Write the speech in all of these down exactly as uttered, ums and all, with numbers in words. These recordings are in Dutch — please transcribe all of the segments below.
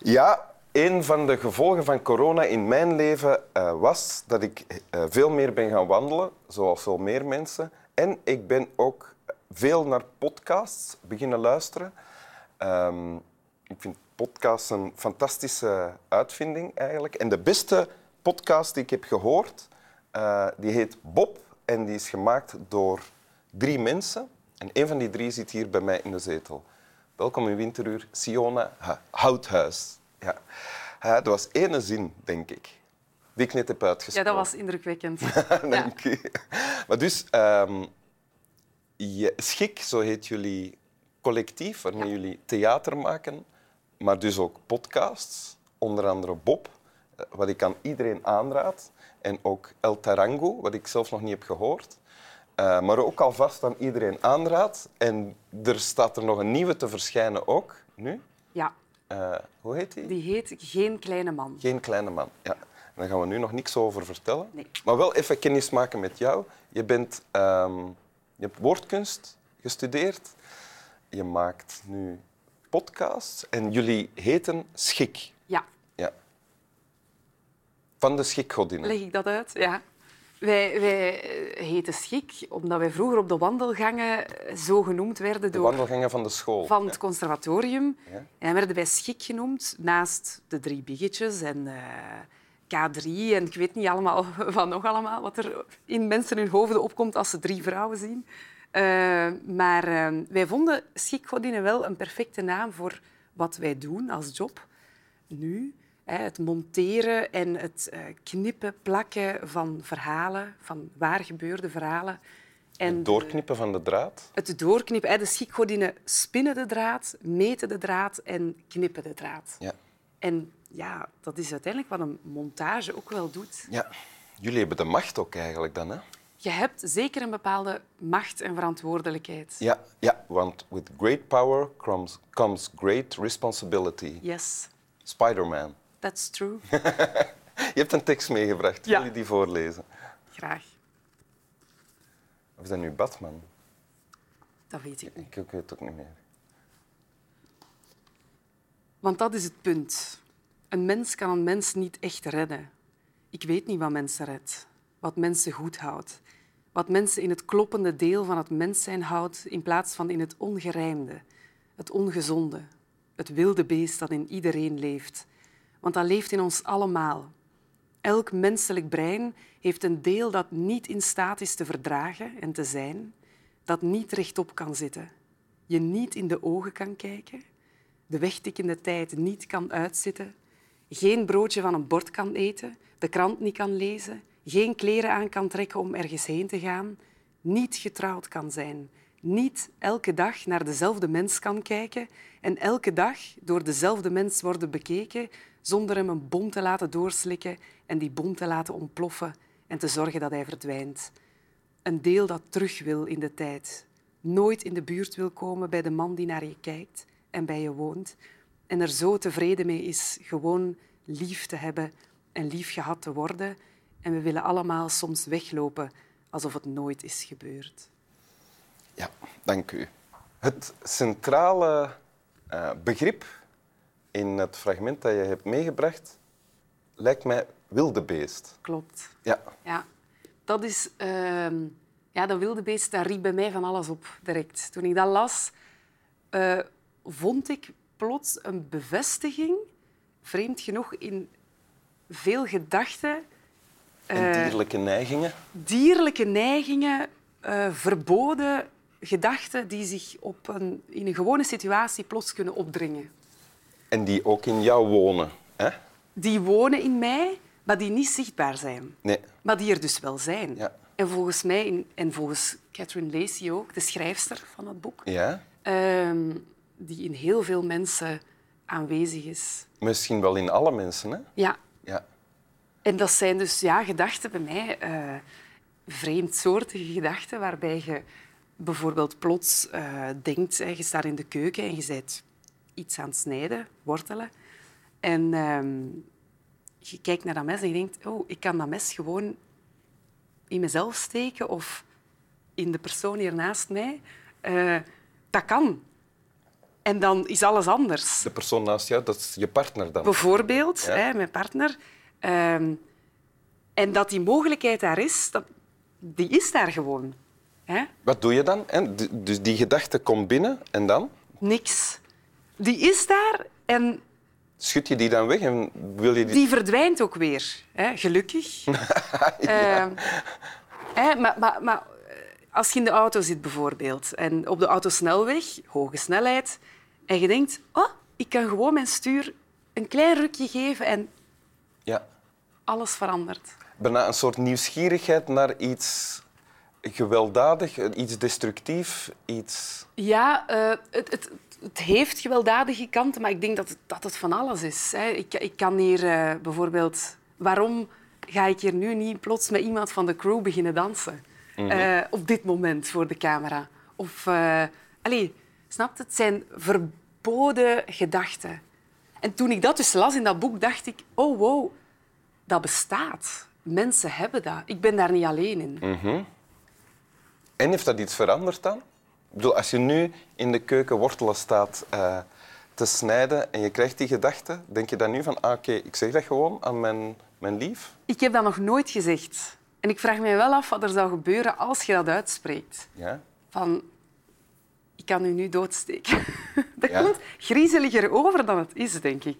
Ja, een van de gevolgen van corona in mijn leven uh, was dat ik uh, veel meer ben gaan wandelen, zoals veel meer mensen. En ik ben ook veel naar podcasts beginnen luisteren. Um, ik vind podcasts een fantastische uitvinding eigenlijk. En de beste podcast die ik heb gehoord, uh, die heet Bob en die is gemaakt door drie mensen. En een van die drie zit hier bij mij in de zetel. Welkom in Winteruur, Siona Houthuis. Ja. Uh, dat was ene zin, denk ik, die ik net heb uitgesproken. Ja, dat was indrukwekkend. Dank ja. u. Maar dus, um, je, Schik, zo heet jullie collectief, waarmee ja. jullie theater maken, maar dus ook podcasts, onder andere Bob, wat ik aan iedereen aanraad, en ook El Tarango, wat ik zelf nog niet heb gehoord. Uh, maar ook alvast aan iedereen aanraad. En er staat er nog een nieuwe te verschijnen ook, nu. Ja. Uh, hoe heet die? Die heet Geen Kleine Man. Geen Kleine Man, ja. En daar gaan we nu nog niks over vertellen. Nee. Maar wel even kennis maken met jou. Je, bent, um, je hebt woordkunst gestudeerd. Je maakt nu podcasts. En jullie heten Schik. Ja. ja. Van de Schikgodinnen. Leg ik dat uit? Ja. Wij, wij heten Schik omdat wij vroeger op de wandelgangen zo genoemd werden door... De wandelgangen van de school. Van het conservatorium. Ja. En werden wij Schik genoemd, naast de drie biggetjes en uh, K drie en ik weet niet allemaal van nog allemaal wat er in mensen hun hoofden opkomt als ze drie vrouwen zien. Uh, maar uh, wij vonden Schikgodinnen wel een perfecte naam voor wat wij doen als job nu. Het monteren en het knippen, plakken van verhalen, van waar gebeurde verhalen. En het doorknippen van de draad? Het doorknippen. De Schikgodinnen spinnen de draad, meten de draad en knippen de draad. Ja. En ja, dat is uiteindelijk wat een montage ook wel doet. Ja, jullie hebben de macht ook eigenlijk dan, hè? Je hebt zeker een bepaalde macht en verantwoordelijkheid. Ja, ja, want with great power comes, comes great responsibility. Yes. Spider-Man. That's true. Je hebt een tekst meegebracht. Wil ja. je die voorlezen? Graag. Of is dat nu Batman? Dat weet ik niet. Ik weet het ook niet meer. Want dat is het punt. Een mens kan een mens niet echt redden. Ik weet niet wat mensen redt, wat mensen goed houdt. Wat mensen in het kloppende deel van het mens zijn houdt in plaats van in het ongerijmde, het ongezonde, het wilde beest dat in iedereen leeft. Want dat leeft in ons allemaal. Elk menselijk brein heeft een deel dat niet in staat is te verdragen en te zijn, dat niet rechtop kan zitten, je niet in de ogen kan kijken, de wegtikkende tijd niet kan uitzitten, geen broodje van een bord kan eten, de krant niet kan lezen, geen kleren aan kan trekken om ergens heen te gaan, niet getrouwd kan zijn, niet elke dag naar dezelfde mens kan kijken en elke dag door dezelfde mens worden bekeken zonder hem een bom te laten doorslikken en die bom te laten ontploffen en te zorgen dat hij verdwijnt. Een deel dat terug wil in de tijd, nooit in de buurt wil komen bij de man die naar je kijkt en bij je woont en er zo tevreden mee is gewoon lief te hebben en lief gehad te worden. En we willen allemaal soms weglopen alsof het nooit is gebeurd. Ja, dank u. Het centrale uh, begrip in het fragment dat je hebt meegebracht lijkt mij wildebeest. Klopt. Ja. Ja, dat is... Uh, ja, dat wildebeest, dat riep bij mij van alles op direct. Toen ik dat las, uh, vond ik plots een bevestiging, vreemd genoeg, in veel gedachten. En dierlijke neigingen? Uh, dierlijke neigingen, uh, verboden gedachten die zich op een, in een gewone situatie plots kunnen opdringen. En die ook in jou wonen, hè? Die wonen in mij, maar die niet zichtbaar zijn. Nee. Maar die er dus wel zijn. Ja. En volgens mij, en volgens Catherine Lacey ook, de schrijfster van het boek, ja? uh, die in heel veel mensen aanwezig is. Misschien wel in alle mensen, hè? Ja. Ja. En dat zijn dus ja, gedachten bij mij, uh, vreemdsoortige gedachten, waarbij je bijvoorbeeld plots uh, denkt, hè, je staat in de keuken en je bent iets aan het snijden, wortelen. En uh, je kijkt naar dat mes en je denkt, oh, ik kan dat mes gewoon in mezelf steken of in de persoon hier naast mij. Uh, dat kan. En dan is alles anders. De persoon naast jou, dat is je partner dan? Bijvoorbeeld, Ja. hè, mijn partner. Um, en dat die mogelijkheid daar is, dat, die is daar gewoon. Hè? Wat doe je dan? Hè? Dus die gedachte komt binnen en dan? Niks. Die is daar en... Schud je die dan weg en wil je die... Die verdwijnt ook weer, hè? Gelukkig. Ja. uh, hè, maar, maar, maar als je in de auto zit bijvoorbeeld en op de autosnelweg, hoge snelheid, en je denkt, oh, ik kan gewoon mijn stuur een klein rukje geven en Ja. alles verandert. Bijna een soort nieuwsgierigheid naar iets gewelddadig, iets destructief, iets... Ja, uh, het, het, het heeft gewelddadige kanten, maar ik denk dat het, dat het van alles is. Hè. Ik, ik kan hier uh, bijvoorbeeld... Waarom ga ik hier nu niet plots met iemand van de crew beginnen dansen? Mm-hmm. uh, op dit moment voor de camera. Of... Uh, allez, snap je? Het zijn verboden gedachten. En toen ik dat dus las in dat boek, dacht ik... Oh, wow, dat bestaat. Mensen hebben dat. Ik ben daar niet alleen in. Mm-hmm. En heeft dat iets veranderd dan? Ik bedoel, als je nu in de keuken wortelen staat uh, te snijden en je krijgt die gedachte, denk je dan nu van, ah, oké, okay, ik zeg dat gewoon aan mijn, mijn lief? Ik heb dat nog nooit gezegd. En ik vraag me wel af wat er zou gebeuren als je dat uitspreekt. Ja? Van, ik kan u nu doodsteken. Dat ja? komt griezeliger over dan het is, denk ik.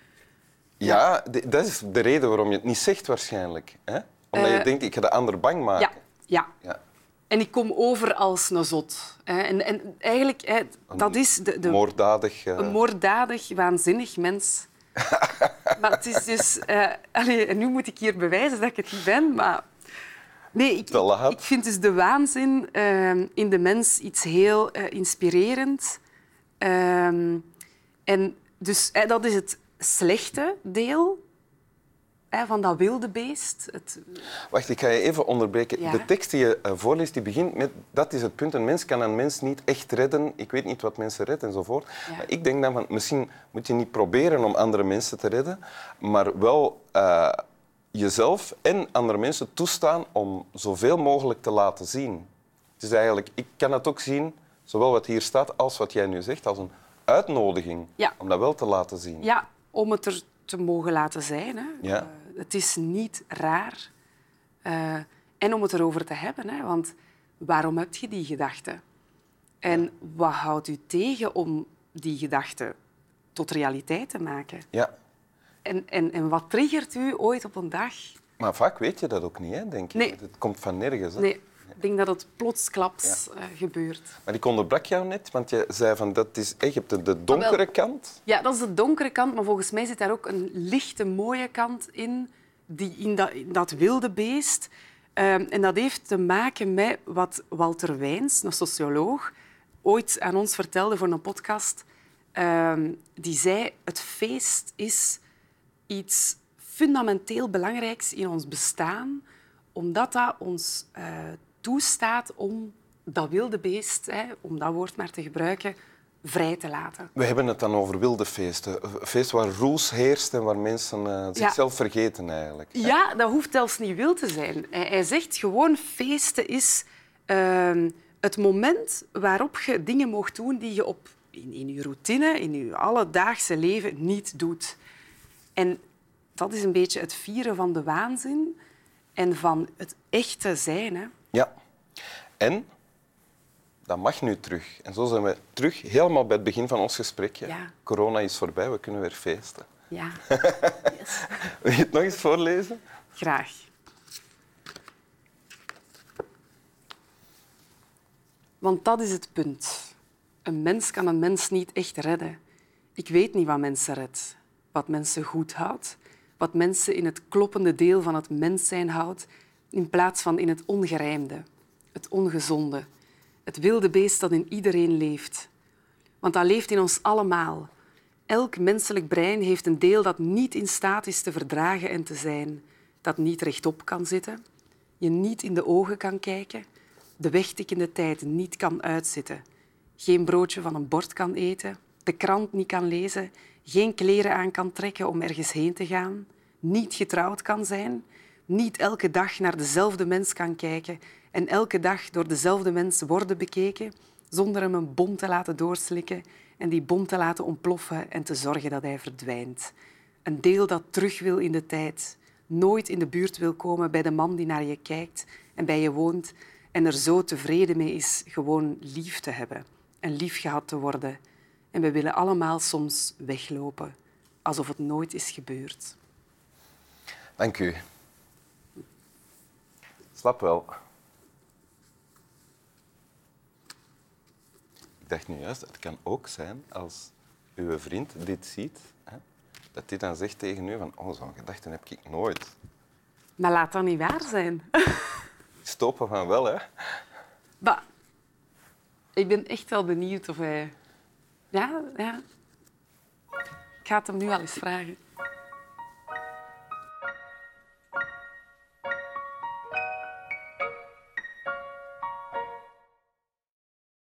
Ja, ja de, dat is de reden waarom je het niet zegt waarschijnlijk. Hè? Omdat uh, je denkt, ik ga de ander bang maken. Ja, ja. ja. En ik kom over als een zot. En, en eigenlijk, hè, dat is... De, de, moorddadig... Uh... Een moorddadig, waanzinnig mens. Maar het is dus... Uh, allez, nu moet ik hier bewijzen dat ik het niet ben, maar... Nee, ik, ik, ik vind dus de waanzin uh, in de mens iets heel uh, inspirerend. Uh, en dus uh, dat is het slechte deel van dat wilde beest. Het... Wacht, ik ga je even onderbreken. Ja? De tekst die je uh, voorleest, die begint met... Dat is het punt. Een mens kan een mens niet echt redden. Ik weet niet wat mensen redt enzovoort. Ja. Maar ik denk dan van... Misschien moet je niet proberen om andere mensen te redden, maar wel uh, jezelf en andere mensen toestaan om zoveel mogelijk te laten zien. Het is eigenlijk... Ik kan het ook zien, zowel wat hier staat als wat jij nu zegt, als een uitnodiging ja. om dat wel te laten zien. Ja, om het er te mogen laten zijn. Hè. Ja. Uh, het is niet raar. Uh, en om het erover te hebben. Hè, want waarom heb je die gedachten? En ja. wat houdt u tegen om die gedachten tot realiteit te maken? Ja. En, en, en wat triggert u ooit op een dag? Maar vaak weet je dat ook niet, hè, denk ik. Nee. Het komt van nergens. Hè? Nee. Ik denk dat het plotsklaps ja. uh, gebeurt. Maar ik onderbrak jou net, want je zei van dat is echt, je hebt de donkere Wel, kant. Ja, dat is de donkere kant, maar volgens mij zit daar ook een lichte, mooie kant in, die, in, dat, in dat wilde beest. Um, en dat heeft te maken met wat Walter Wijns, een socioloog, ooit aan ons vertelde voor een podcast. Um, die zei, het feest is iets fundamenteel belangrijks in ons bestaan, omdat dat ons... Uh, toestaat om dat wilde beest, hè, om dat woord maar te gebruiken, vrij te laten. We hebben het dan over wilde feesten. Een feest waar roes heerst en waar mensen uh, zichzelf ja. vergeten eigenlijk. Hè? Ja, dat hoeft zelfs niet wild te zijn. Hij, hij zegt gewoon, feesten is uh, het moment waarop je dingen mocht doen die je op, in, in je routine, in je alledaagse leven niet doet. En dat is een beetje het vieren van de waanzin en van het echte zijn. Hè. Ja. En dat mag nu terug. En zo zijn we terug helemaal bij het begin van ons gesprek. Ja. Ja. Corona is voorbij, we kunnen weer feesten. Ja. Yes. Wil je het nog eens voorlezen? Graag. Want dat is het punt. Een mens kan een mens niet echt redden. Ik weet niet wat mensen redt. Wat mensen goed houdt. Wat mensen in het kloppende deel van het mens zijn houdt, in plaats van in het ongerijmde, het ongezonde, het wilde beest dat in iedereen leeft. Want dat leeft in ons allemaal. Elk menselijk brein heeft een deel dat niet in staat is te verdragen en te zijn, dat niet rechtop kan zitten, je niet in de ogen kan kijken, de wegtikkende tijd niet kan uitzitten, geen broodje van een bord kan eten, de krant niet kan lezen, geen kleren aan kan trekken om ergens heen te gaan, niet getrouwd kan zijn, niet elke dag naar dezelfde mens kan kijken en elke dag door dezelfde mens worden bekeken, zonder hem een bom te laten doorslikken en die bom te laten ontploffen en te zorgen dat hij verdwijnt. Een deel dat terug wil in de tijd, nooit in de buurt wil komen bij de man die naar je kijkt en bij je woont en er zo tevreden mee is gewoon lief te hebben en lief gehad te worden. En we willen allemaal soms weglopen, alsof het nooit is gebeurd. Dank u. Slap wel. Ik dacht nu juist, het kan ook zijn als uw vriend dit ziet, hè, dat hij dan zegt tegen u van oh, zo'n gedachten heb ik nooit. Maar laat dat niet waar zijn. Stoppen van wel, hè. Bah, ik ben echt wel benieuwd of hij... Ja, ja. Ik ga het hem nu al eens vragen.